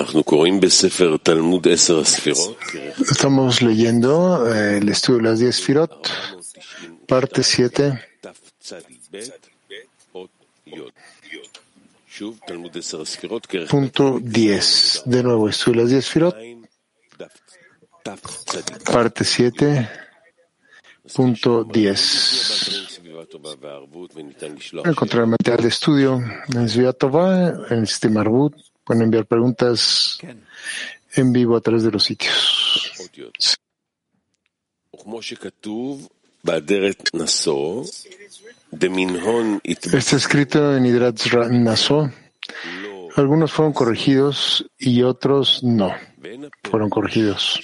Estamos leyendo el estudio de las 10 Sefirot, parte 7. Punto 10. De nuevo, estudio de las 10 Sefirot, parte 7. Punto 10. Encontrar el material de estudio en Sviat Tová, en el sistema Arbut. Pueden enviar preguntas en vivo a través de los sitios. Está escrito en Hidrat Naso. Algunos fueron corregidos y otros no fueron corregidos.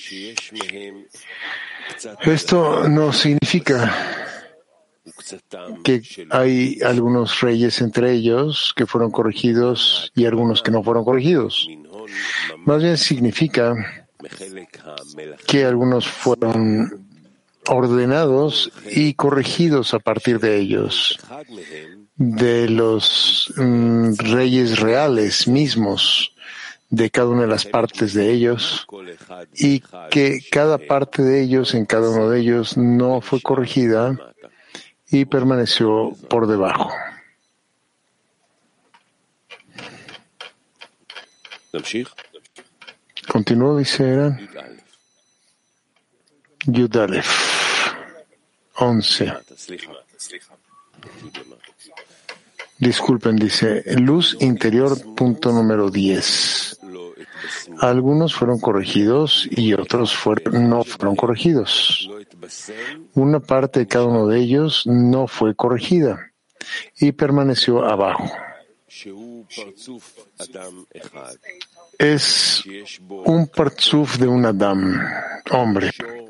Esto no significa que hay algunos reyes entre ellos que fueron corregidos y algunos que no fueron corregidos. Más bien significa que algunos fueron ordenados y corregidos a partir de ellos, de los reyes reales mismos, de cada una de las partes de ellos, y que cada parte de ellos, en cada uno de ellos, no fue corregida y permaneció por debajo. Continúo, dice Eran. Yud Aleph 11. Disculpen, dice luz interior, punto número 10. Algunos fueron corregidos y otros no fueron corregidos. Una parte de cada uno de ellos no fue corregida y permaneció abajo. Es un partzuf de un Adam, hombre,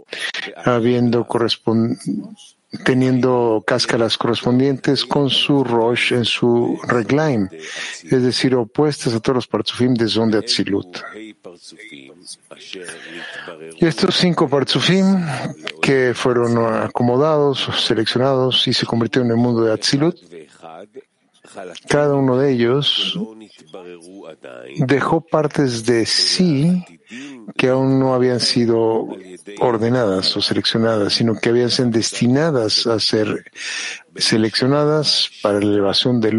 teniendo cáscaras correspondientes con su rosh en su reglaim, es decir, opuestas a todos los partzufim de Zon de Atzilut. Y estos 5 partzufim que fueron acomodados, seleccionados y se convirtieron en el mundo de Atzilut, cada uno de ellos dejó partes de sí que aún no habían sido ordenadas o seleccionadas, sino que habían sido destinadas a ser seleccionadas para la elevación del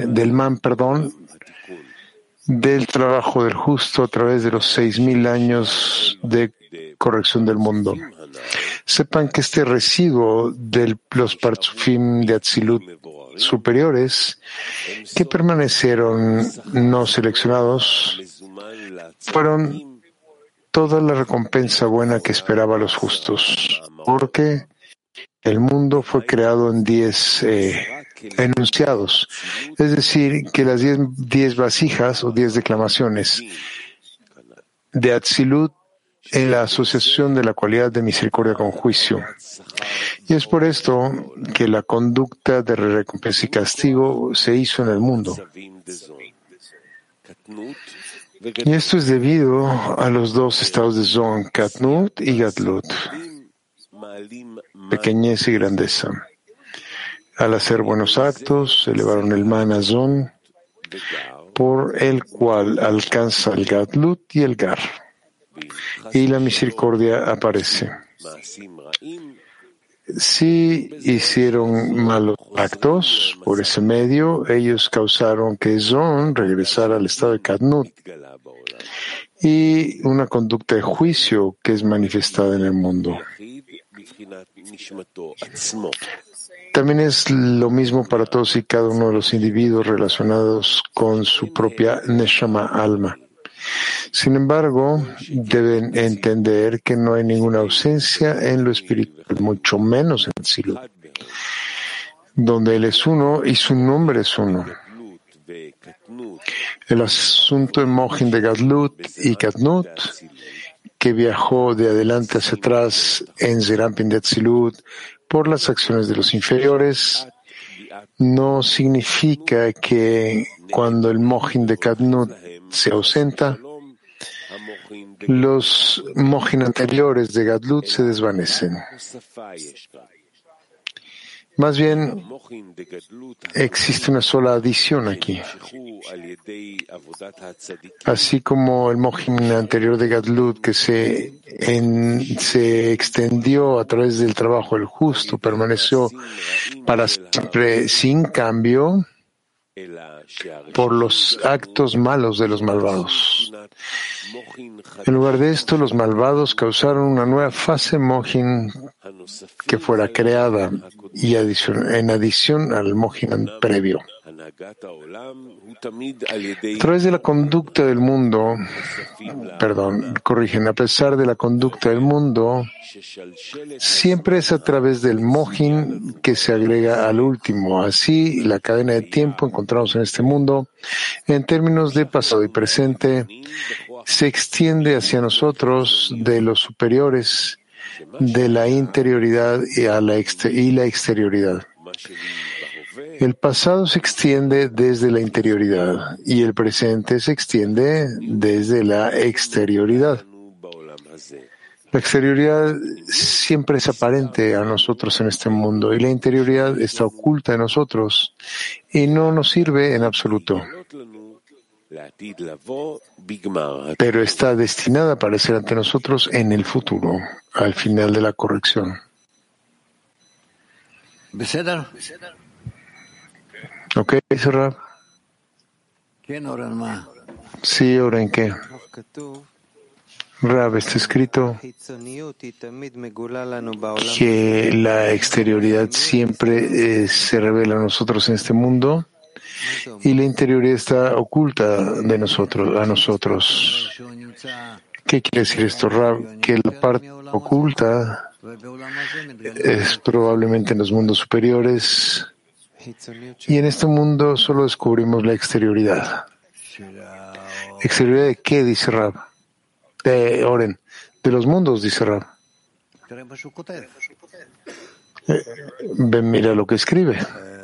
del trabajo del justo a través de los 6,000 años de corrección del mundo. Sepan que este residuo de los partzufim de Atzilut superiores que permanecieron no seleccionados fueron toda la recompensa buena que esperaba a los justos, porque el mundo fue creado en 10 enunciados, es decir, que las 10 vasijas o 10 declamaciones de Atzilut en la asociación de la cualidad de misericordia con juicio. Y es por esto que la conducta de recompensa y castigo se hizo en el mundo. Y esto es debido a los 2 estados de Zon, Katnut y Gadlut, pequeñez y grandeza. Al hacer buenos actos, elevaron el man a Zon, por el cual alcanza el Gadlut y el Gar, y la misericordia aparece. Si hicieron malos actos por ese medio, ellos causaron que Zon regresara al estado de Katnut y una conducta de juicio que es manifestada en el mundo. También es lo mismo para todos y cada uno de los individuos relacionados con su propia Neshama, alma. Sin embargo, deben entender que no hay ninguna ausencia en lo espiritual, mucho menos en el Atzilut, donde Él es uno y su nombre es uno. El asunto en Mohin de Gadlut y Katnut, que viajó de adelante hacia atrás en Zerampin de Atzilut por las acciones de los inferiores, no significa que cuando el Mohin de Katnut se ausenta, los Mohin anteriores de Gadlut se desvanecen. Más bien, existe una sola adición aquí. Así como el Mohin anterior de Gadlut, que se extendió a través del trabajo del justo, permaneció para siempre sin cambio por los actos malos de los malvados. En lugar de esto, los malvados causaron una nueva fase Mohin que fuera creada y en adición al Mohin previo. A través de la conducta del mundo, a pesar de la conducta del mundo, siempre es a través del Mohin que se agrega al último. Así, la cadena de tiempo encontramos en este mundo, en términos de pasado y presente, se extiende hacia nosotros de los superiores, de la interioridad y la exterioridad. El pasado se extiende desde la interioridad y el presente se extiende desde la exterioridad. La exterioridad siempre es aparente a nosotros en este mundo y la interioridad está oculta en nosotros y no nos sirve en absoluto, pero está destinada a aparecer ante nosotros en el futuro, al final de la corrección. ¿Ok, Rab? Sí, ¿ahora en qué? Rab, está escrito que la exterioridad siempre se revela a nosotros en este mundo y la interioridad está oculta a nosotros. ¿Qué quiere decir esto, Rab? Que la parte oculta es probablemente en los mundos superiores y en este mundo solo descubrimos la exterioridad. ¿Exterioridad de qué? Dice Rab. Oren, de los mundos, dice Rab. Ven, mira lo que escribe.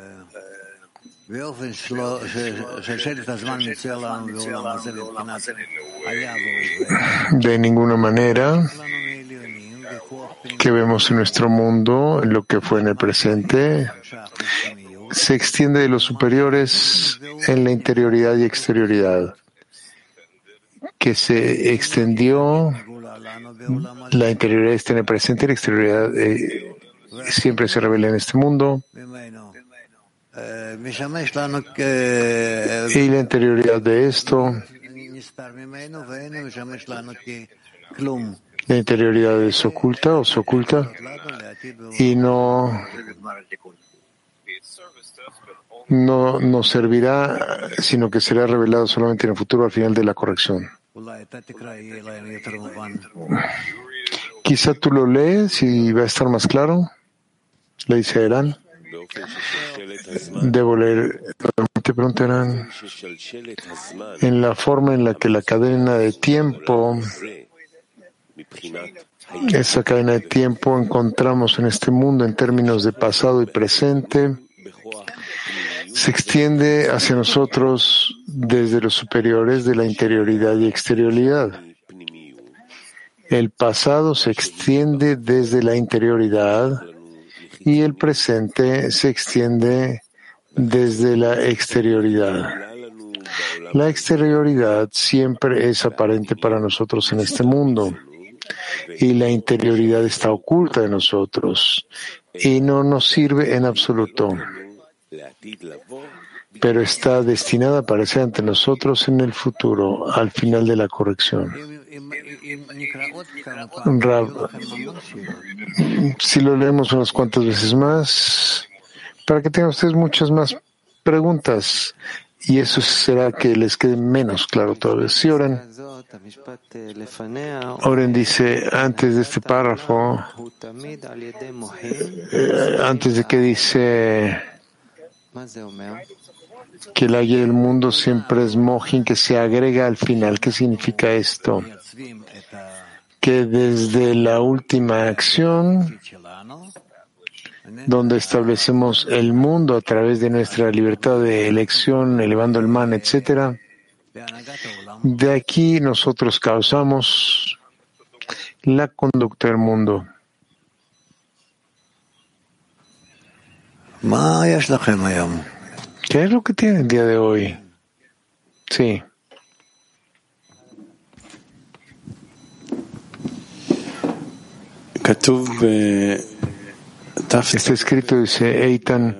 De ninguna manera que vemos en nuestro mundo, en lo que fue en el presente, se extiende de los superiores en la interioridad y exterioridad, que se extendió, la interioridad está en el presente y la exterioridad siempre se revela en este mundo. Y la interioridad de esto, la interioridad es oculta o se oculta y no nos servirá, sino que será revelado solamente en el futuro al final de la corrección. Quizá tú lo lees y va a estar más claro. Le dice Eran. Debo leer. Te preguntarán en la forma en la que la cadena de tiempo, esa cadena de tiempo encontramos en este mundo en términos de pasado y presente, se extiende hacia nosotros desde los superiores de la interioridad y exterioridad. El pasado se extiende desde la interioridad y el presente se extiende desde la exterioridad. La exterioridad siempre es aparente para nosotros en este mundo y la interioridad está oculta de nosotros y no nos sirve en absoluto, pero está destinada a aparecer ante nosotros en el futuro, al final de la corrección. Rab, si lo leemos unas cuantas veces más, para que tengan ustedes muchas más preguntas, y eso será que les quede menos claro todavía. Sí, Oren. Oren dice, antes de este párrafo, antes de que dice que la guía del mundo siempre es Mohin, que se agrega al final. ¿Qué significa esto? Que desde la última acción, donde establecemos el mundo a través de nuestra libertad de elección, elevando el man, etc., de aquí nosotros causamos la conducta del mundo. ¿Qué es lo que tienen el día de hoy? Sí. Está escrito, dice Eitan,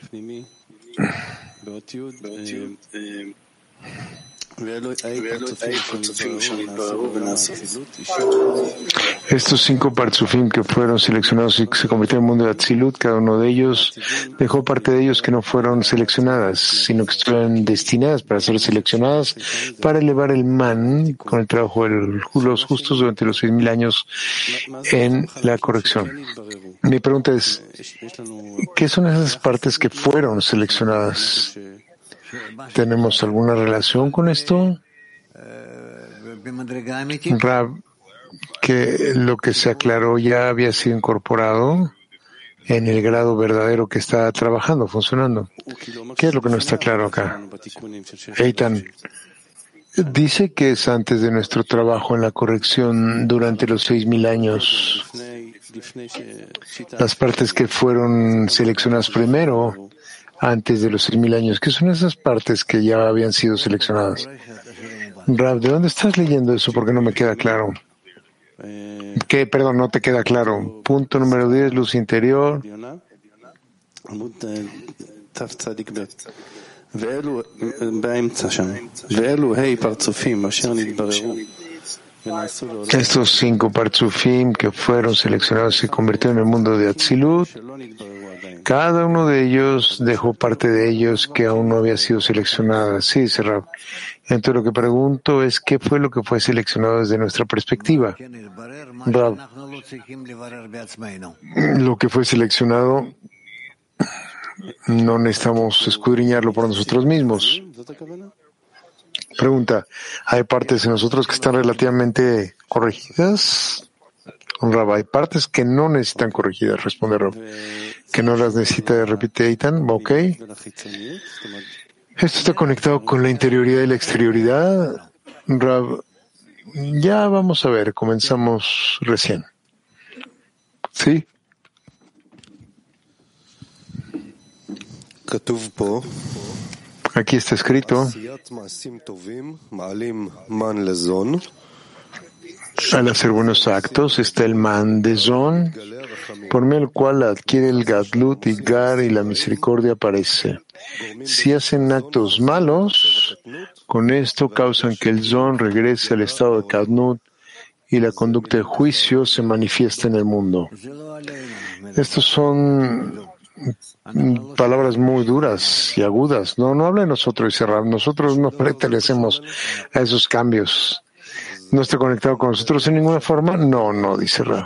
estos 5 partzufim que fueron seleccionados y que se convirtieron en el mundo de Atzilut, cada uno de ellos dejó parte de ellos que no fueron seleccionadas, sino que estuvieron destinadas para ser seleccionadas para elevar el man con el trabajo de los justos durante los 6.000 años en la corrección. Mi pregunta es, ¿qué son esas partes que fueron seleccionadas? ¿Tenemos alguna relación con esto? Rab, que lo que se aclaró ya había sido incorporado en el grado verdadero que está trabajando, funcionando. ¿Qué es lo que no está claro acá? Eitan dice que es antes de nuestro trabajo en la corrección durante los 6.000 años. Las partes que fueron seleccionadas primero, antes de los 6.000 años, ¿qué son esas partes que ya habían sido seleccionadas? Rab, ¿de dónde estás leyendo eso? Porque no me queda claro. ¿Qué? Perdón, no te queda claro. Punto número 10, luz interior. Estos 5 partzufim que fueron seleccionados se convirtieron en el mundo de Atzilut. Cada uno de ellos dejó parte de ellos que aún no había sido seleccionada. Sí, dice Rab. Entonces lo que pregunto es ¿qué fue lo que fue seleccionado desde nuestra perspectiva? Rab, lo que fue seleccionado no necesitamos escudriñarlo por nosotros mismos. Pregunta, ¿hay partes de nosotros que están relativamente corregidas? Rab, hay partes que no necesitan corregidas, responde Rab. Que no las necesita, repite Eitan, ok. Esto está conectado con la interioridad y la exterioridad. Rab, ya vamos a ver, comenzamos recién. ¿Sí? Aquí está escrito, al hacer buenos actos está el man de Zon, por medio del cual adquiere el Gadlut y Gar y la misericordia aparece. Si hacen actos malos, con esto causan que el Zon regrese al estado de Gadlut y la conducta de juicio se manifiesta en el mundo. Estos son palabras muy duras y agudas. No habla de nosotros, dice Rab. Nosotros no pertenecemos a esos cambios. ¿No está conectado con nosotros en ninguna forma? No, dice Rab.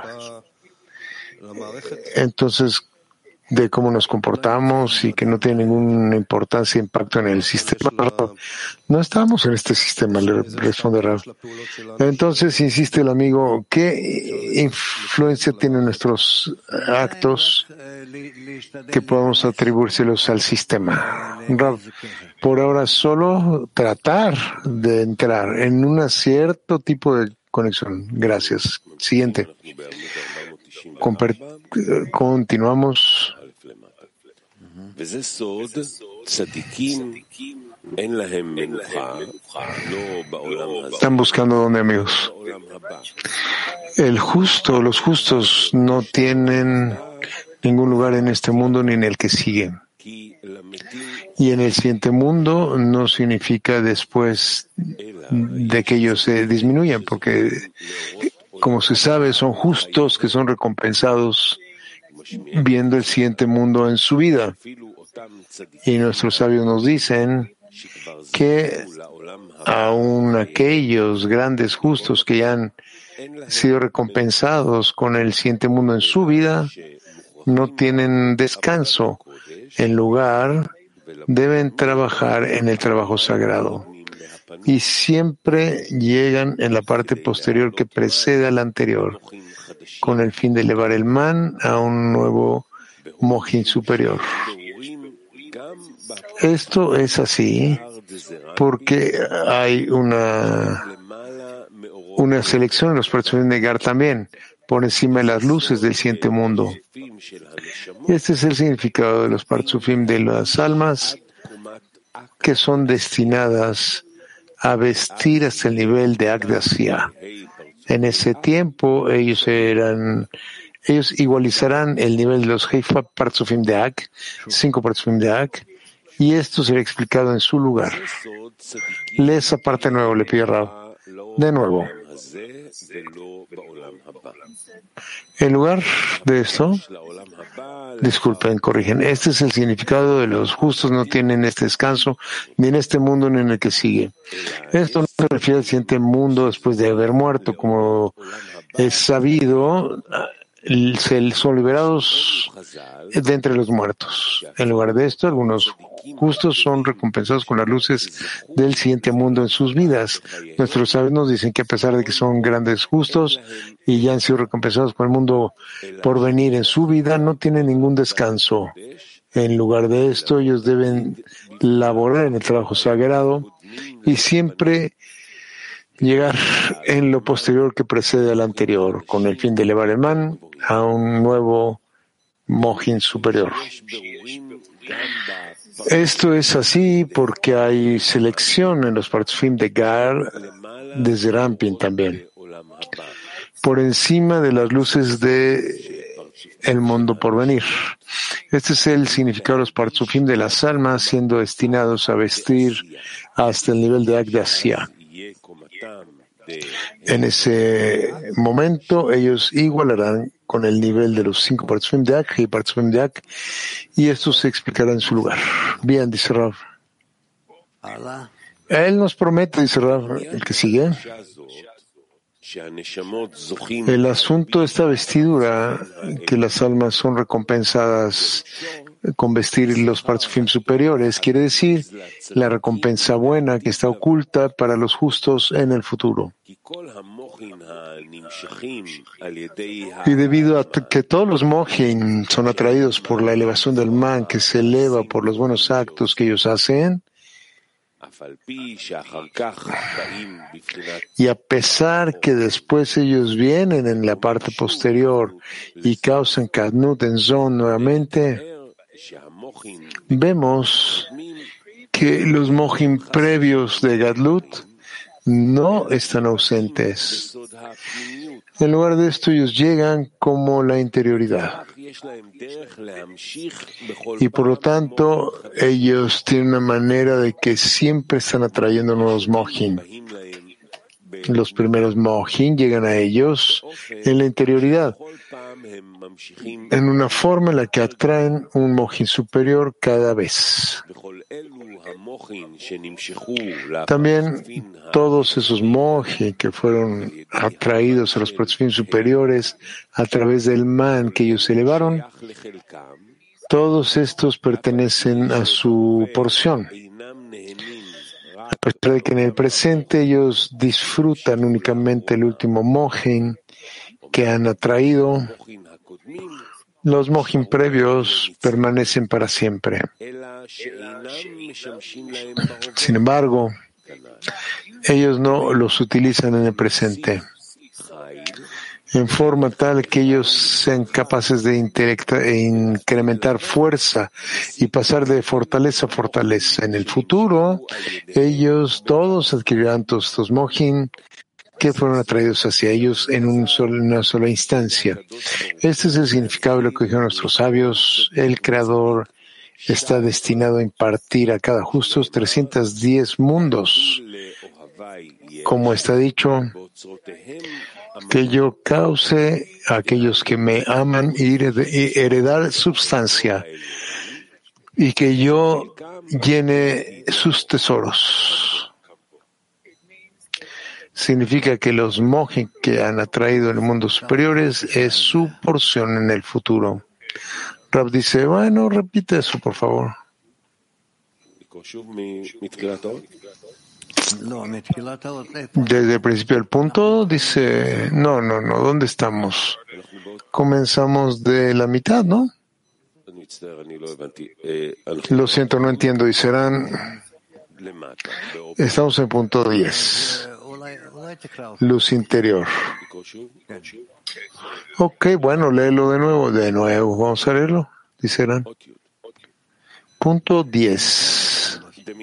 Entonces, de cómo nos comportamos y que no tiene ninguna importancia, impacto en el sistema. No estamos en este sistema, le responde Rab. Entonces, insiste el amigo, ¿qué influencia tienen nuestros actos que podamos atribuírselos al sistema? Rab, por ahora solo tratar de entrar en un cierto tipo de conexión. Gracias. Siguiente. Continuamos. Están buscando dónde, amigos. Los justos no tienen ningún lugar en este mundo ni en el que sigue. Y en el siguiente mundo no significa después de que ellos se disminuyan, porque, como se sabe, son justos que son recompensados viendo el siguiente mundo en su vida. Y nuestros sabios nos dicen que aun aquellos grandes justos que ya han sido recompensados con el siguiente mundo en su vida, no tienen descanso. En lugar, deben trabajar en el trabajo sagrado. Y siempre llegan en la parte posterior que precede a la anterior, con el fin de elevar el man a un nuevo mojín superior. Esto es así porque hay una selección en los personajes de Gar también, por encima de las luces del siguiente mundo. Este es el significado de los Partsufim de las almas que son destinadas a vestir hasta el nivel de Agdasia. En ese tiempo ellos igualizarán el nivel de los Heifa Partsufim de Ag, 5 Partsufim de Ag, y esto será explicado en su lugar. Lee esa parte nuevo, le pide Rab. De nuevo. En lugar de esto, disculpen, corrigen, este es el significado de los justos no tienen este descanso ni en este mundo ni en el que sigue. Esto no se refiere al siguiente mundo después de haber muerto, como es sabido, son liberados de entre los muertos. En lugar de esto, algunos justos son recompensados con las luces del siguiente mundo en sus vidas. Nuestros sabios nos dicen que a pesar de que son grandes justos y ya han sido recompensados con el mundo por venir en su vida, no tienen ningún descanso. En lugar de esto, ellos deben laborar en el trabajo sagrado y siempre llegar en lo posterior que precede al anterior, con el fin de elevar el man a un nuevo mohin superior. Esto es así porque hay selección en los Partsufim de Gar desde Rampin también, por encima de las luces de el mundo por venir. Este es el significado de los Partsufim de las almas siendo destinados a vestir hasta el nivel de Agdasia. En ese momento ellos igualarán con el nivel de los 5 Partsufim de Ak y Partsufim de Ak, y esto se explicará en su lugar. Bien, dice Rav. Él nos promete, dice Rav, el que sigue. El asunto de esta vestidura, que las almas son recompensadas con vestir los Partsufim superiores, quiere decir la recompensa buena que está oculta para los justos en el futuro. Y debido a que todos los mohin son atraídos por la elevación del man que se eleva por los buenos actos que ellos hacen, y a pesar que después ellos vienen en la parte posterior y causan Kadnut en Zon nuevamente, vemos que los mohin previos de Gadlut no están ausentes. En lugar de esto, ellos llegan como la interioridad. Y por lo tanto, ellos tienen una manera de que siempre están atrayendo nuevos mohin. Los primeros mohin llegan a ellos en la interioridad, en una forma en la que atraen un mohin superior cada vez. También todos esos mohin que fueron atraídos a los Partsufim superiores a través del man que ellos elevaron, todos estos pertenecen a su porción. A pesar de que en el presente ellos disfrutan únicamente el último mohin que han atraído, los mohin previos permanecen para siempre. Sin embargo, ellos no los utilizan en el presente, en forma tal que ellos sean capaces de incrementar fuerza y pasar de fortaleza a fortaleza. En el futuro, ellos todos adquirirán todos estos mohin que fueron atraídos hacia ellos en una sola instancia. Este es el significado de lo que dijeron nuestros sabios. El Creador está destinado a impartir a cada justo 310 mundos. Como está dicho, que yo cause a aquellos que me aman y heredar substancia, y que yo llene sus tesoros. Significa que los mohin que han atraído en el mundo superiores es su porción en el futuro. Rab dice, bueno, repite eso, por favor. Desde el principio del punto, dice, no, ¿dónde estamos? Comenzamos de la mitad, ¿no? Lo siento, no entiendo. Y serán, estamos en punto 10. Luz interior. Ok, bueno, léelo de nuevo. De nuevo, vamos a leerlo. Dice Ran. Punto 10.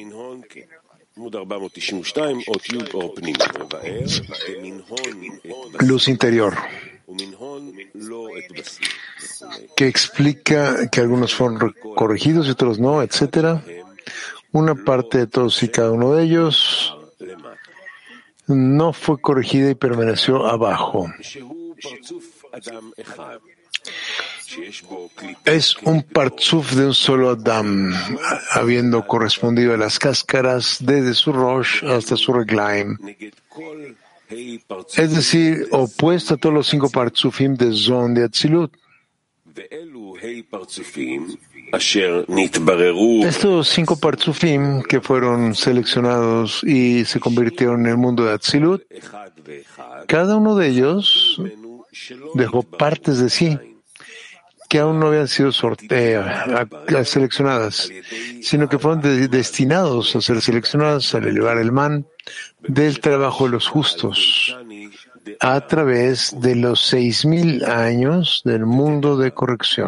Luz interior, que explica que algunos fueron corregidos y otros no, etc. Una parte de todos y cada uno de ellos no fue corregida y permaneció abajo. Es un partzuf de un solo Adam, habiendo correspondido a las cáscaras desde su Rosh hasta su Reglaim. Es decir, opuesto a todos los 5 partzufim de Zon de Atzilut. Estos 5 partzufim que fueron seleccionados y se convirtieron en el mundo de Atzilut, cada uno de ellos dejó partes de sí que aún no habían sido seleccionadas, sino que fueron destinados a ser seleccionadas al elevar el man del trabajo de los justos a través de los 6,000 años del mundo de corrección.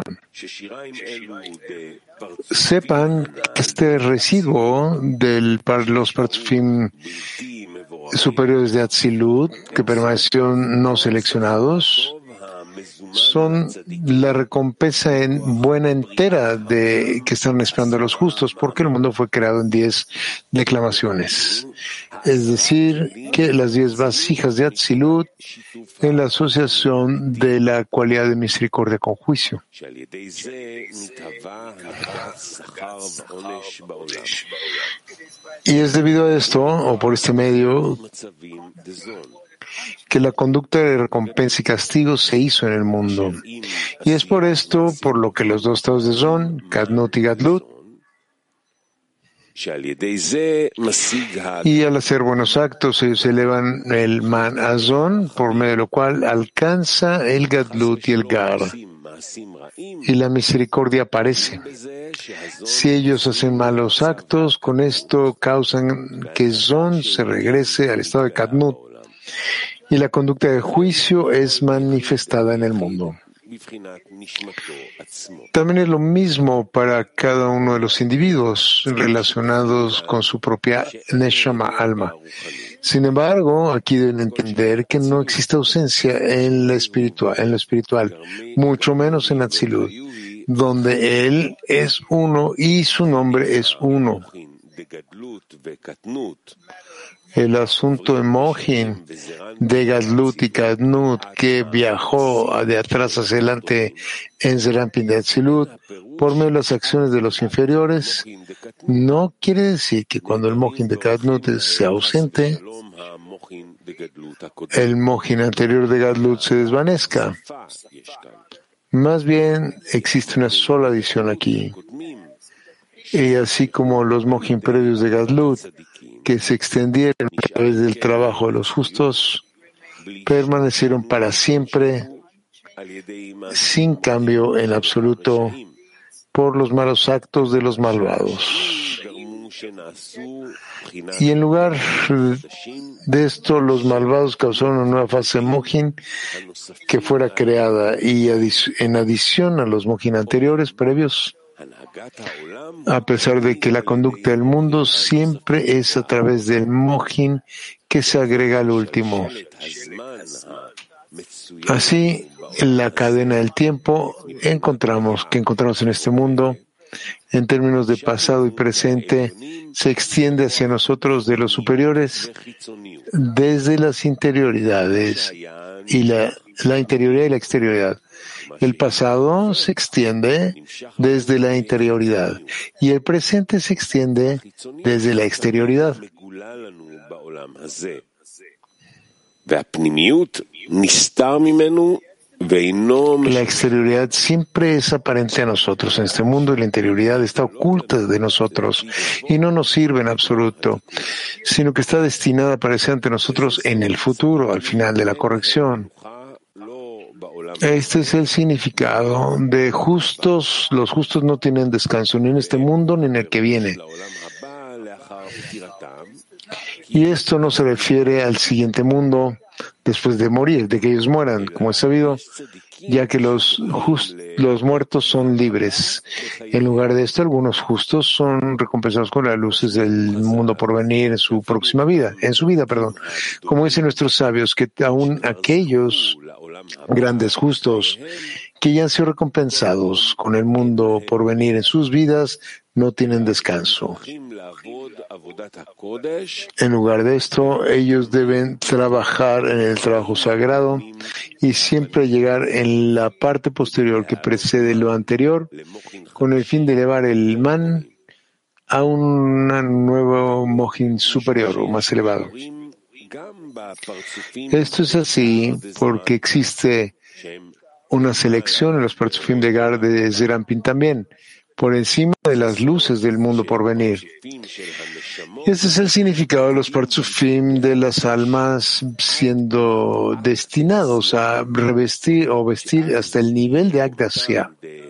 Sepan que este residuo de los partzufim superiores de Atzilut, que permanecieron no seleccionados, son la recompensa buena entera que están esperando los justos, porque el mundo fue creado en 10 declamaciones. Es decir, que las 10 vasijas de Atzilut en la asociación de la cualidad de misericordia con juicio. Y es debido a esto, o por este medio, que la conducta de recompensa y castigo se hizo en el mundo. Y es por esto por lo que los 2 estados de Zon, Kadnut y Gadlut, y al hacer buenos actos ellos elevan el man a Zon, por medio de lo cual alcanza el Gadlut y el Gar, y la misericordia aparece. Si ellos hacen malos actos, con esto causan que Zon se regrese al estado de Kadnut, y la conducta de juicio es manifestada en el mundo. También es lo mismo para cada uno de los individuos relacionados con su propia Neshama, alma. Sin embargo, aquí deben entender que no existe ausencia en lo espiritual, mucho menos en Atzilut, donde Él es uno y su nombre es uno. El asunto de Mohin, de Gadlut y Kadnut, que viajó de atrás hacia adelante en Zerampin de Atzilut, por medio de las acciones de los inferiores, no quiere decir que cuando el Mohin de Kadnut sea ausente, el Mohin anterior de Gadlut se desvanezca. Más bien, existe una sola adición aquí. Y así como los Mohin previos de Gadlut, que se extendieron a través del trabajo de los justos, permanecieron para siempre, sin cambio en absoluto, por los malos actos de los malvados. Y en lugar de esto, los malvados causaron una nueva fase de Mohin que fuera creada, y en adición a los Mohin anteriores previos, a pesar de que la conducta del mundo siempre es a través del Mohin que se agrega al último. Así, en la cadena del tiempo que encontramos en este mundo, en términos de pasado y presente, se extiende hacia nosotros de los superiores desde las interioridades y la interioridad y la exterioridad. El pasado se extiende desde la interioridad y el presente se extiende desde la exterioridad. La exterioridad siempre es aparente a nosotros en este mundo y la interioridad está oculta de nosotros y no nos sirve en absoluto, sino que está destinada a aparecer ante nosotros en el futuro, al final de la corrección. Este es el significado de justos. Los justos no tienen descanso ni en este mundo ni en el que viene. Y esto no se refiere al siguiente mundo después de morir, de que ellos mueran, como es sabido, ya que los muertos son libres. En lugar de esto, algunos justos son recompensados con las luces del mundo por venir en su vida, como dicen nuestros sabios, que aún aquellos grandes justos que ya han sido recompensados con el mundo por venir en sus vidas no tienen descanso. En lugar de esto, ellos deben trabajar en el trabajo sagrado y siempre llegar en la parte posterior que precede lo anterior, con el fin de elevar el man a un nuevo mohin superior o más elevado. Esto es así porque existe una selección en los Partzufim de Gar de Zerampin también, por encima de las luces del mundo por venir. Este es el significado de los Partzufim de las almas siendo destinados a revestir o vestir hasta el nivel de Akdasia.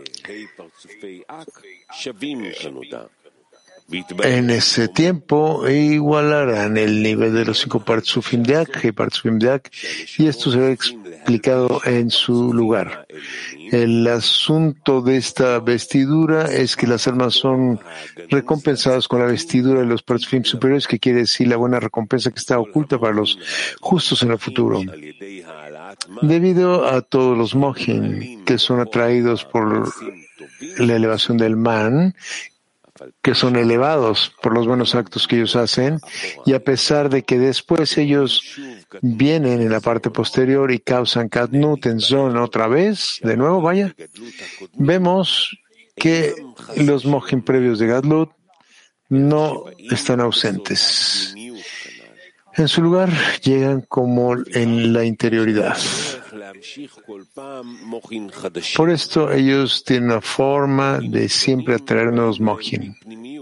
En ese tiempo igualarán el nivel de los 5 Partzufim de Ak, y esto será explicado en su lugar. El asunto de esta vestidura es que las almas son recompensadas con la vestidura de los Partzufim superiores, que quiere decir la buena recompensa que está oculta para los justos en el futuro. Debido a todos los mohin que son atraídos por la elevación del man, que son elevados por los buenos actos que ellos hacen, y a pesar de que después ellos vienen en la parte posterior y causan Kadnut en Zon otra vez, de nuevo, vemos que los mohin previos de Gadlut no están ausentes. En su lugar, llegan como en la interioridad. Por esto, ellos tienen una forma de siempre atraer nuevos mohin.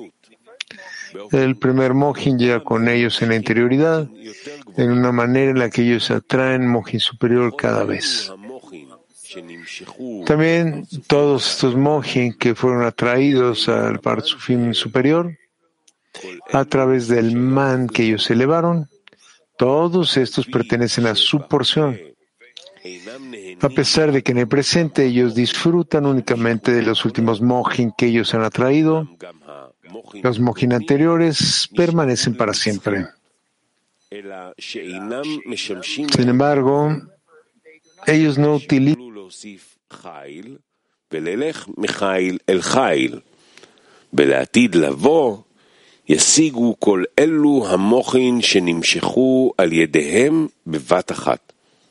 El primer mohin llega con ellos en la interioridad, en una manera en la que ellos atraen mohin superior cada vez. También todos estos mohin que fueron atraídos al Partzufim superior, a través del man que ellos elevaron, todos estos pertenecen a su porción. A pesar de que en el presente ellos disfrutan únicamente de los últimos mohin que ellos han atraído, los mohin anteriores permanecen para siempre. Sin embargo, ellos no utilizan ישיגו כל אלו המוחין שנמשכו על ידיהם בבת אחת.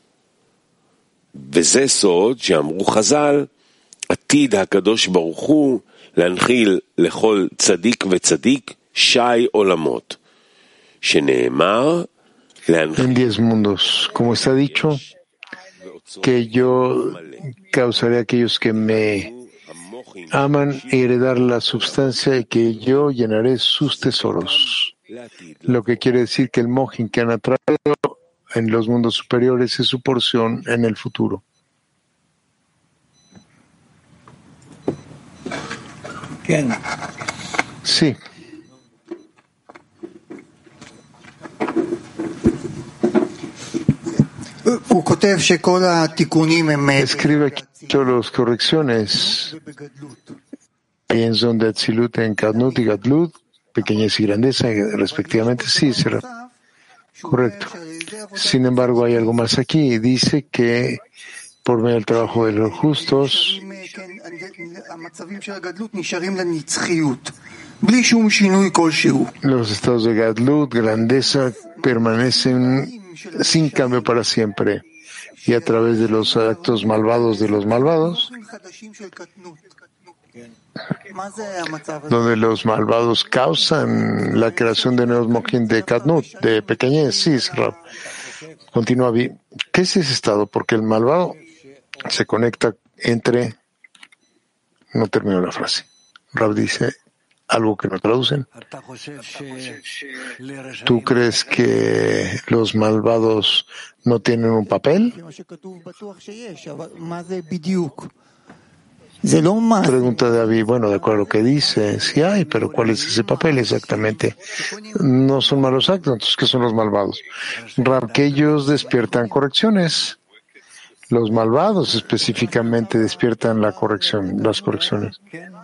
וזה סוד שאמרו חז"ל, עתיד הקדוש ברוך הוא להנחיל לכל צדיק וצדיק שי עולמות, שנאמר en 10 mundos, como está dicho, que yo causaré a aquellos que me aman y heredar la substancia y que yo llenaré sus tesoros. Lo que quiere decir que el mohin que han atraído en los mundos superiores es su porción en el futuro. Sí. Escribe aquí todas las correcciones. Hay en Zon de Atzilut, en Kadnut y Gadlut, pequeñez y grandeza, respectivamente. Sí, será correcto. Sin embargo, hay algo más aquí. Dice que por medio del trabajo de los justos, los estados de Gadlut, grandeza, permanecen sin cambio para siempre. Y a través de los actos malvados de los malvados, donde los malvados causan la creación de nuevos mohin de Kadnut, de pequeñez. Sí, Rab. Continúa. ¿Qué es ese estado? Porque el malvado se conecta entre... No termino la frase. Rab dice algo que no traducen. ¿Tú crees que los malvados no tienen un papel? Pregunta David, bueno, de acuerdo a lo que dice, sí hay, pero ¿cuál es ese papel exactamente? No son malos actos, entonces ¿qué son los malvados? Rab, que ellos despiertan correcciones. Los malvados específicamente despiertan las correcciones.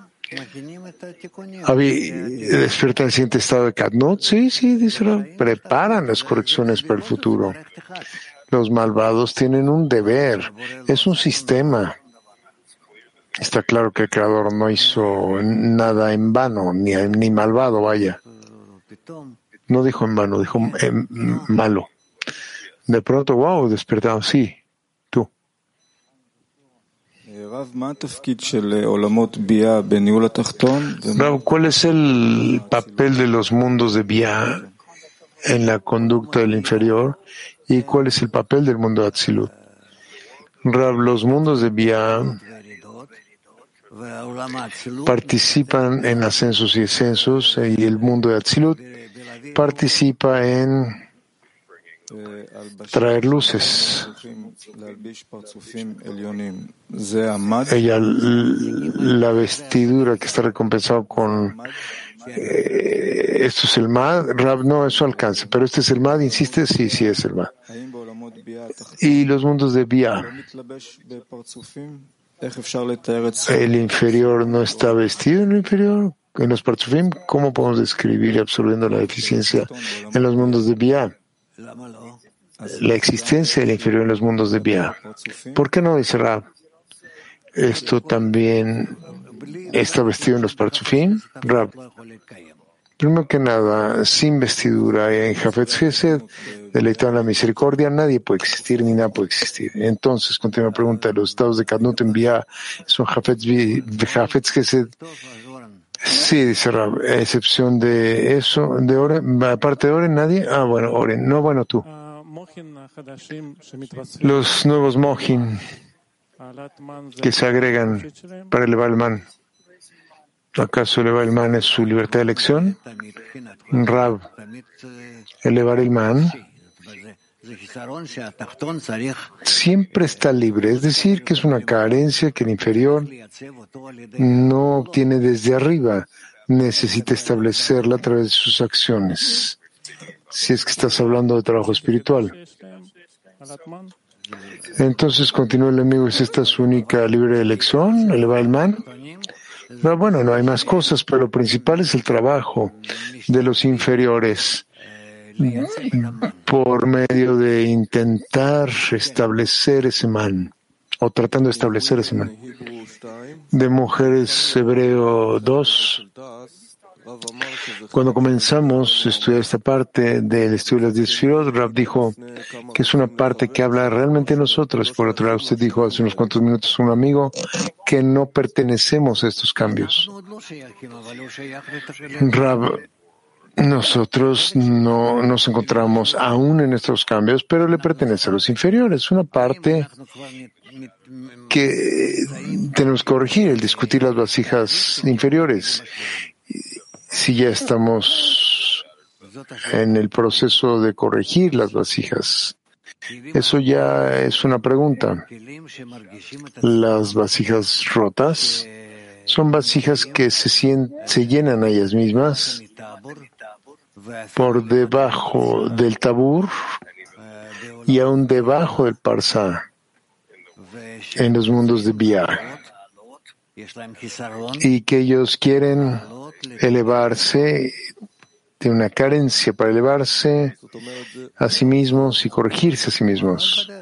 ¿Despierta el siguiente estado de Katnut? Sí, dice Rab. Preparan las correcciones para el futuro. Los malvados tienen un deber, es un sistema. Está claro que el Creador no hizo nada en vano, ni malvado, vaya. No dijo en vano, dijo malo. De pronto, wow, despertado, sí, tú. Rav, ¿cuál es el papel de los mundos de Bia en la conducta del inferior? ¿Y cuál es el papel del mundo de Atzilut? Rav, los mundos de Bia participan en ascensos y descensos y el mundo de Atzilut participa en traer luces. La vestidura que está recompensada con esto es el Mad. Rab, no, eso alcanza, pero este es el Mad, insiste, sí es el Mad. Y los mundos de Bia, el inferior no está vestido en el inferior, en los Partzufim. ¿Cómo podemos describir absorbiendo la deficiencia en los mundos de Bia? La existencia del inferior en los mundos de Bia. ¿Por qué no, dice Rab? Esto también está vestido en los Partzufim. Rab, primero que nada, sin vestidura en Jafetz Gesed, deleitado en la misericordia, nadie puede existir ni nada puede existir. Entonces, continúa la pregunta, ¿los estados de Katnut en Bia son Jafetz Gesed? Sí, dice Rab, a excepción de eso, de Oren, aparte de Oren, nadie. Bueno, Oren, no, bueno, tú. Los nuevos Mohin que se agregan para elevar el man. ¿Acaso elevar el man es su libertad de elección? Rab, elevar el man siempre está libre, es decir, que es una carencia que el inferior no obtiene desde arriba, necesita establecerla a través de sus acciones. Si es que estás hablando de trabajo espiritual. Entonces, continúa el enemigo, ¿es esta su única libre elección? ¿Elevar el man? No, bueno, no hay más cosas, pero lo principal es el trabajo de los inferiores por medio de intentar establecer ese man, o tratando de establecer ese man. De Mujeres Hebreo 2, cuando comenzamos a estudiar esta parte del estudio de las 10 Sefirot, Rab dijo que es una parte que habla realmente de nosotros. Por otro lado, usted dijo hace unos cuantos minutos a un amigo que no pertenecemos a estos cambios. Rab, nosotros no nos encontramos aún en estos cambios, pero le pertenece a los inferiores. Una parte que tenemos que corregir, el discutir las vasijas inferiores. Si ya estamos en el proceso de corregir las vasijas, eso ya es una pregunta. Las vasijas rotas son vasijas que se llenan a ellas mismas por debajo del tabur y aún debajo del parsá en los mundos de Bia, y que ellos quieren elevarse, tienen una carencia para elevarse a sí mismos y corregirse a sí mismos.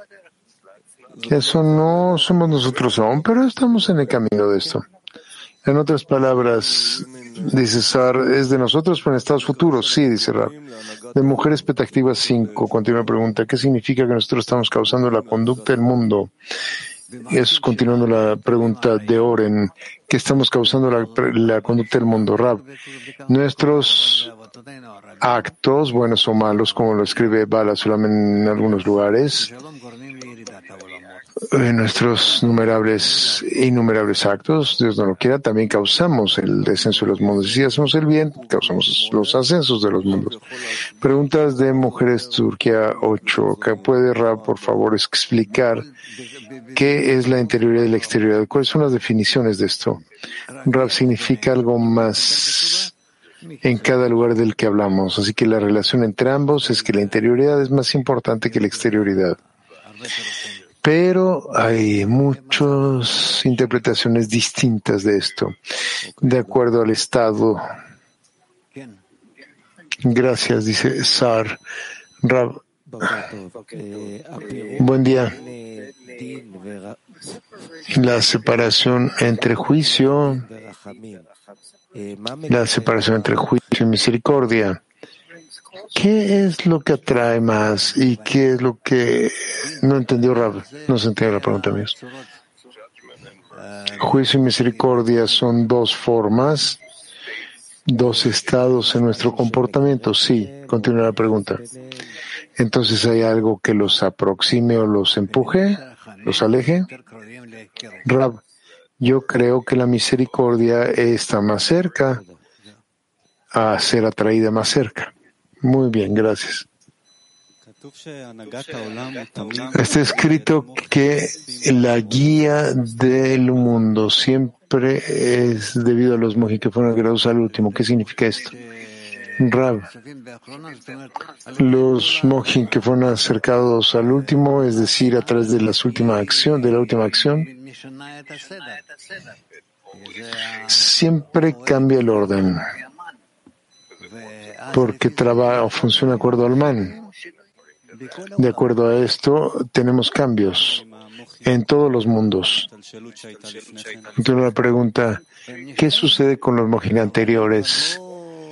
Eso no somos nosotros aún, pero estamos en el camino de esto. En otras palabras, dice Sar, es de nosotros pero en estados futuros. Sí, dice Rab. De Mujeres Petactivas 5, continúa la pregunta, ¿qué significa que nosotros estamos causando la conducta del mundo? Es continuando la pregunta de Oren, que estamos causando la conducta del mundo. Rab, nuestros actos, buenos o malos, como lo escribe Bala solamente en algunos lugares, nuestros innumerables actos, Dios no lo quiera, también causamos el descenso de los mundos. Y si hacemos el bien, causamos los ascensos de los mundos. Preguntas de Mujeres Turquía 8. ¿Qué puede Rab, por favor, explicar qué es la interioridad y la exterioridad? ¿Cuáles son las definiciones de esto? Rab significa algo más en cada lugar del que hablamos. Así que la relación entre ambos es que la interioridad es más importante que la exterioridad. Pero hay muchas interpretaciones distintas de esto, de acuerdo al estado. Gracias, dice Sar. Rab, buen día. La separación entre juicio y misericordia. ¿Qué es lo que atrae más y qué es lo que no entendió Rab? No se entendió la pregunta mía. Juicio y misericordia son dos formas, dos estados en nuestro comportamiento. Sí, continúa la pregunta. Entonces, ¿hay algo que los aproxime o los empuje, los aleje? Rab, yo creo que la misericordia está más cerca a ser atraída más cerca. Muy bien, gracias. Está escrito que la guía del mundo siempre es debido a los monjes que fueron agregados al último. ¿Qué significa esto? Rab, los monjes que fueron acercados al último, es decir, a través de la última acción, siempre cambia el orden, porque trabaja o funciona de acuerdo al man. De acuerdo a esto, tenemos cambios en todos los mundos. Entonces la pregunta, ¿qué sucede con los mohin anteriores?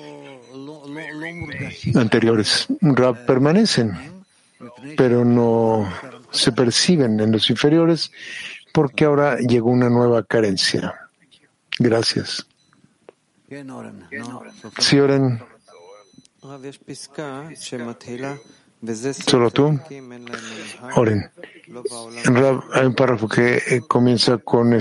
Rab, permanecen, pero no se perciben en los inferiores porque ahora llegó una nueva carencia. Gracias. Sí, Oren. ¿Solo tú? Oren. Rab, hay un párrafo que comienza con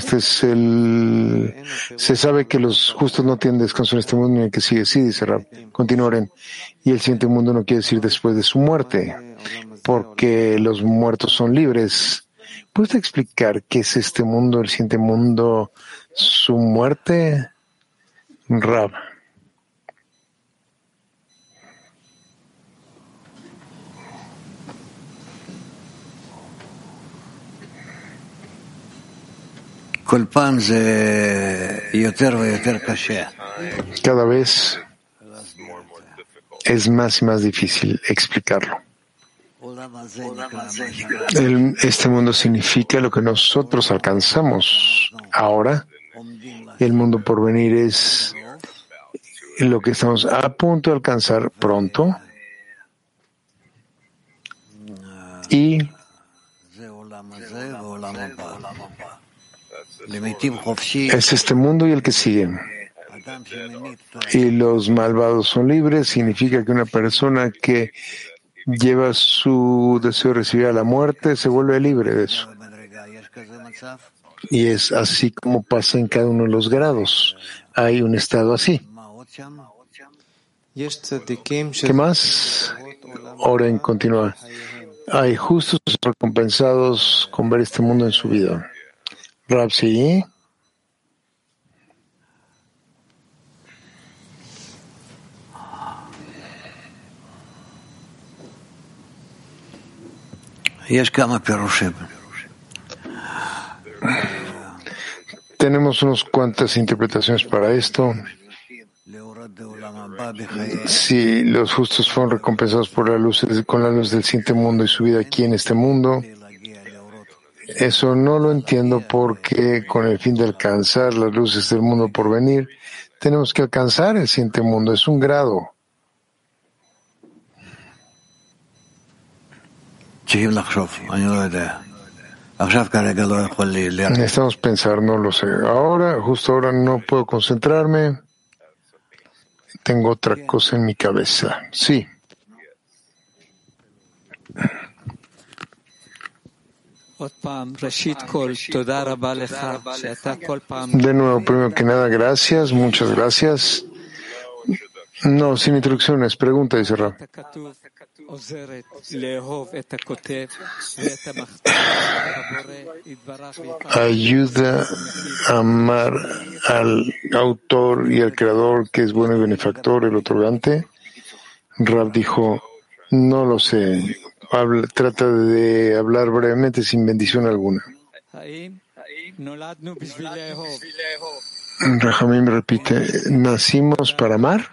se sabe que los justos no tienen descanso en este mundo ni el que sigue. Sí, dice Rab. Continúa, Oren. Y el siguiente mundo no quiere decir después de su muerte, porque los muertos son libres. ¿Puedes explicar qué es este mundo, el siguiente mundo, su muerte? Rab. Cada vez es más y más difícil explicarlo. Este mundo significa lo que nosotros alcanzamos ahora. El mundo por venir es lo que estamos a punto de alcanzar pronto. Y es este mundo y el que sigue. Y los malvados son libres, significa que una persona que lleva su deseo de recibir a la muerte se vuelve libre de eso. Y es así como pasa en cada uno de los grados. Hay un estado así. ¿Qué más? Oren continúa. Hay justos recompensados con ver este mundo en su vida. Rab, sí. Tenemos unas cuantas interpretaciones para esto. Si los justos fueron recompensados por con la luz del siguiente mundo y su vida aquí en este mundo, eso no lo entiendo porque con el fin de alcanzar las luces del mundo por venir, tenemos que alcanzar el siguiente mundo. Es un grado. Necesitamos pensar, no lo sé. Justo ahora no puedo concentrarme. Tengo otra cosa en mi cabeza. Sí. De nuevo, primero que nada, gracias, muchas gracias. No, sin introducciones, pregunta, dice Rab. Ayuda a amar al autor y al creador que es bueno y benefactor, el otorgante. Rab dijo, no lo sé. Trata de hablar brevemente sin bendición alguna. Rahamim repite, ¿nacimos para amar?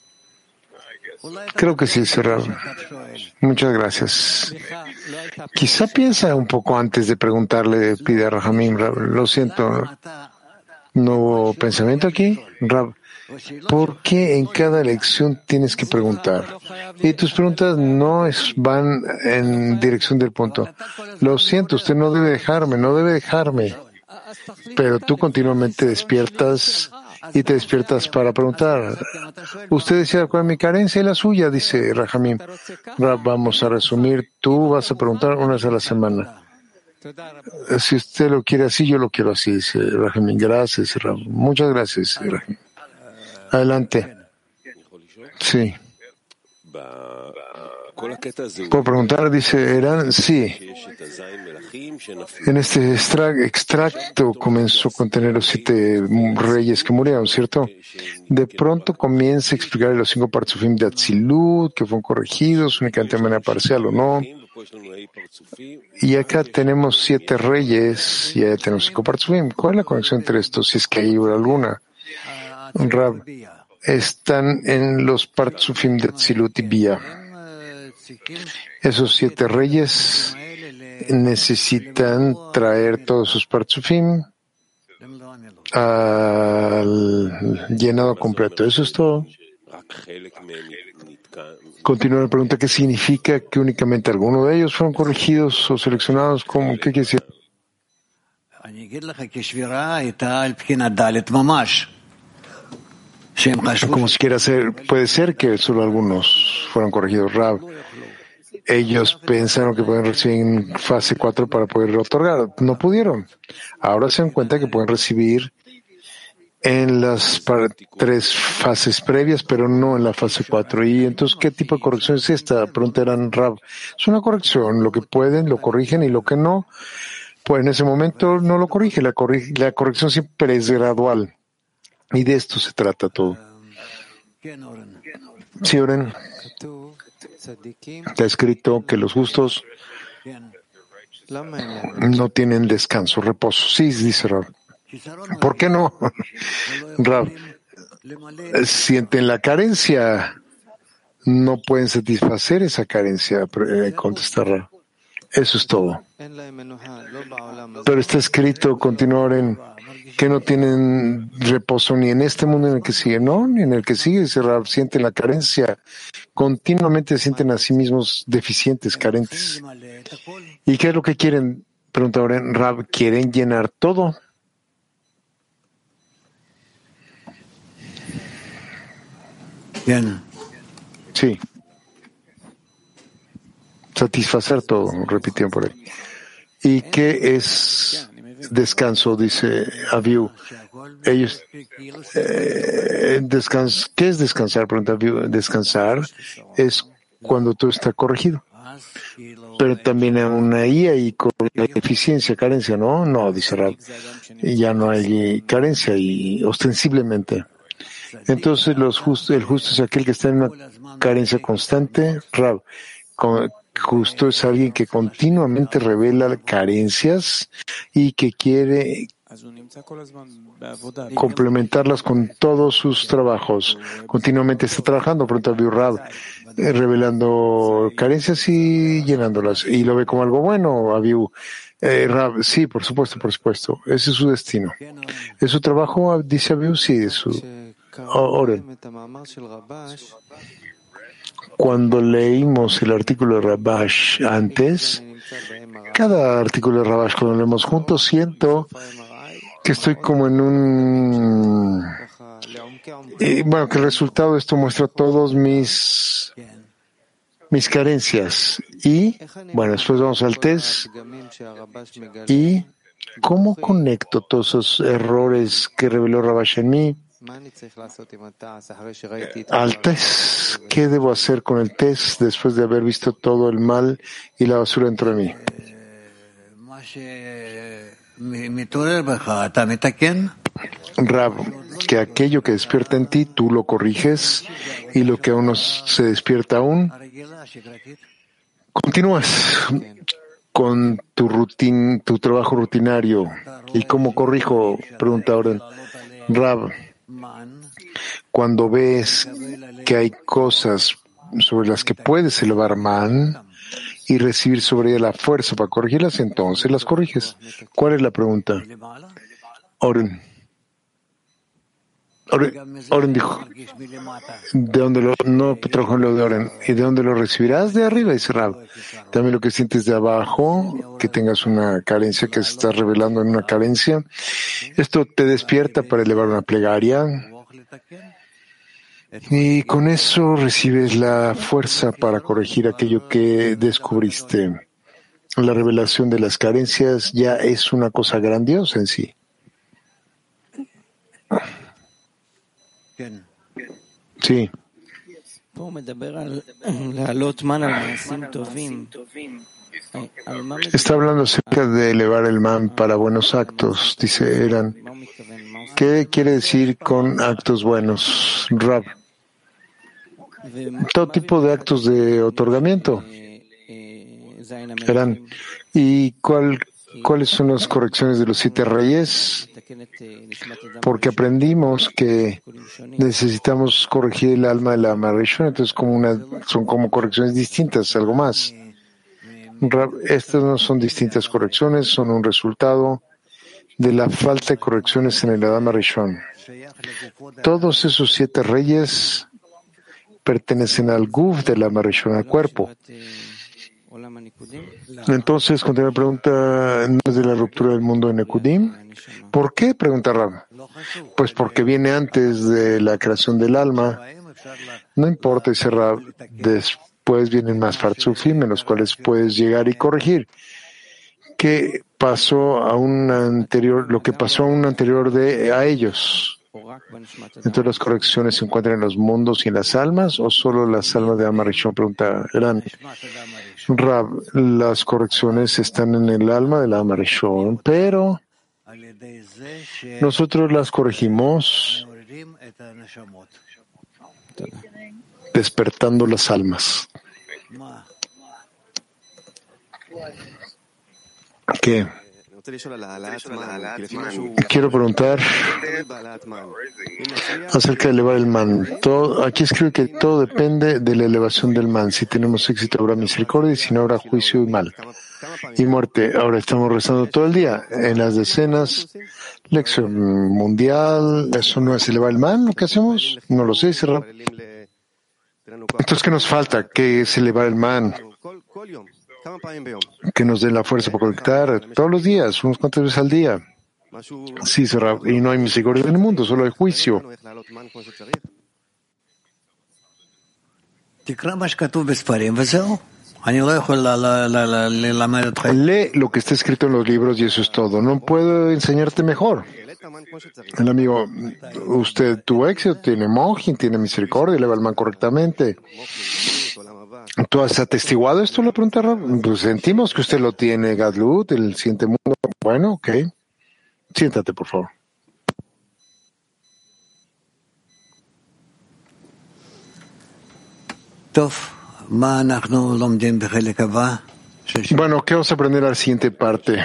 Creo que sí, Rab. Muchas gracias. Quizá piensa un poco antes de preguntarle, pide a Rahamim, Rab. Lo siento, no hubo pensamiento aquí, Rab. ¿Por qué en cada lección tienes que preguntar? Y tus preguntas no van en dirección del punto. Lo siento, usted no debe dejarme. Pero tú continuamente despiertas y te despiertas para preguntar. Usted decía cuál es mi carencia y la suya, dice Rahamim. Rab, vamos a resumir. Tú vas a preguntar una vez a la semana. Si usted lo quiere así, yo lo quiero así, dice Rahamim. Gracias, Rab. Muchas gracias, Rahamim. Adelante. Sí. Puedo preguntar, dice Eran. Sí. En este extracto comenzó a contener los 7 reyes que murieron, ¿cierto? De pronto comienza a explicar los 5 partsufim de Atzilut, que fueron corregidos únicamente de manera parcial o no. Y acá tenemos 7 reyes y allá tenemos 5 partsufim. ¿Cuál es la conexión entre estos, si es que hay alguna? Rab, están en los partsufim de Atzilut y Bia. Esos 7 reyes necesitan traer todos sus partsufim al llenado completo. Eso es todo. Continúa la pregunta, ¿qué significa que únicamente algunos de ellos fueron corregidos o seleccionados? ¿Qué quiere decir? Como si quiera ser, puede ser que solo algunos fueron corregidos, Rab. Ellos pensaron que pueden recibir en fase 4 para poder otorgar. No pudieron. Ahora se dan cuenta que pueden recibir en las 3 fases previas, pero no en la fase 4. Y entonces, ¿qué tipo de corrección es esta? Preguntarán Rab. Es una corrección. Lo que pueden, lo corrigen, y lo que no, pues en ese momento no lo corrige. La corrección siempre es gradual. Y de esto se trata todo. Sí, Oren. Está escrito que los justos no tienen descanso, reposo. Sí, dice Rab. ¿Por qué no? Rab, sienten la carencia, no pueden satisfacer esa carencia, contesta Rab. Eso es todo. Pero está escrito, continuar que no tienen reposo ni en este mundo en el que sigue, no, ni en el que sigue, dice Rab, sienten la carencia, continuamente sienten a sí mismos deficientes, carentes. ¿Y qué es lo que quieren? Pregunta ahora Rab, ¿quieren llenar todo? Bien. Sí. Satisfacer todo, repitieron por ahí. ¿Y qué es descanso? Dice Aviu. Ellos, ¿qué es descansar? Pregunta Aviu. Descansar es cuando todo está corregido. Pero también aún ahí hay eficiencia, carencia, ¿no? No, dice Rab. Ya no hay carencia y ostensiblemente. Entonces el justo es aquel que está en una carencia constante. Rab, justo es alguien que continuamente revela carencias y que quiere complementarlas con todos sus trabajos. Continuamente está trabajando, pronto Aviu Rab, revelando carencias y llenándolas. Y lo ve como algo bueno, Aviu. Rab, sí, por supuesto. Ese es su destino. ¿Es su trabajo? Dice Aviu, sí, es su. Oren. Cuando leímos el artículo de Rabash antes, cada artículo de Rabash cuando lo leemos juntos, siento que estoy como en un... que el resultado de esto muestra todos mis mis carencias. Y, bueno, después vamos al test. ¿Y cómo conecto todos esos errores que reveló Rabash en mí al test? ¿Qué debo hacer con el test después de haber visto todo el mal y la basura dentro de mí? Rab, que aquello que despierta en ti, tú lo corriges, y lo que aún no se despierta aún, continúas con tu trabajo rutinario. ¿Y cómo corrijo? Pregunta ahora Rab. Cuando ves que hay cosas sobre las que puedes elevar man y recibir sobre ella la fuerza para corregirlas, entonces las corriges. ¿Cuál es la pregunta? Oren dijo, ¿de dónde no trabajó en lo de Oren? ¿Y de dónde lo recibirás? De arriba, dice Rab. También lo que sientes de abajo, que tengas una carencia, que se está revelando en una carencia, esto te despierta para elevar una plegaria. Y con eso recibes la fuerza para corregir aquello que descubriste. La revelación de las carencias ya es una cosa grandiosa en sí. Sí. Está hablando acerca de elevar el man para buenos actos, dice Eran. ¿Qué quiere decir con actos buenos, Rab? Todo tipo de actos de otorgamiento. Eran. ¿Y cuáles son las correcciones de los 7 reyes? Porque aprendimos que necesitamos corregir el alma de la Amarishon, entonces son como correcciones distintas, algo más. Estas no son distintas correcciones, son un resultado de la falta de correcciones en el Adam Rishon. Todos esos 7 reyes pertenecen al Guf del Adam Rishon, al cuerpo. Entonces, continúa la pregunta, ¿no es de la ruptura del mundo de Nekudim? ¿Por qué? Pregunta Rab. Pues porque viene antes de la creación del alma. No importa, dice Rab, después vienen más Farzufim en los cuales puedes llegar y corregir. ¿Qué pasó a un anterior, lo que pasó a un anterior a ellos? Entonces, ¿las correcciones se encuentran en los mundos y en las almas o solo las almas de Amarishon? Pregunta Eran. Rab, las correcciones están en el alma de la Amarishon, pero nosotros las corregimos despertando las almas. ¿Qué? Quiero preguntar acerca de elevar el man. Aquí escribe que todo depende de la elevación del man. Si tenemos éxito habrá misericordia y si no habrá juicio y mal y muerte. Ahora estamos rezando todo el día en las decenas, lección mundial. ¿Eso no es elevar el man lo que hacemos? No lo sé, cerrado. Entonces, ¿qué nos falta? ¿Qué es elevar el man? Que nos den la fuerza para conectar todos los días, unas cuantas veces al día. Sí, cerrado. Y no hay misericordia en el mundo, solo hay juicio. Lee lo que está escrito en los libros y eso es todo. No puedo enseñarte mejor. El amigo, usted tuvo éxito, tiene mojin, tiene misericordia, eleva el man correctamente. ¿Tú has atestiguado esto? Le pregunta Rab. Pues sentimos que usted lo tiene, Gadlut, el siguiente mundo. Bueno, ok. Siéntate, por favor. Bueno, ¿qué vamos a aprender a la siguiente parte?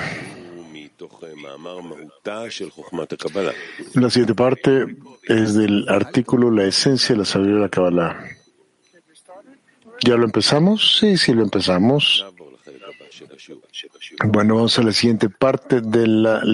La siguiente parte es del artículo La esencia de la sabiduría de la Kabbalah. ¿Ya lo empezamos? Sí, lo empezamos. Bueno, vamos a la siguiente parte de la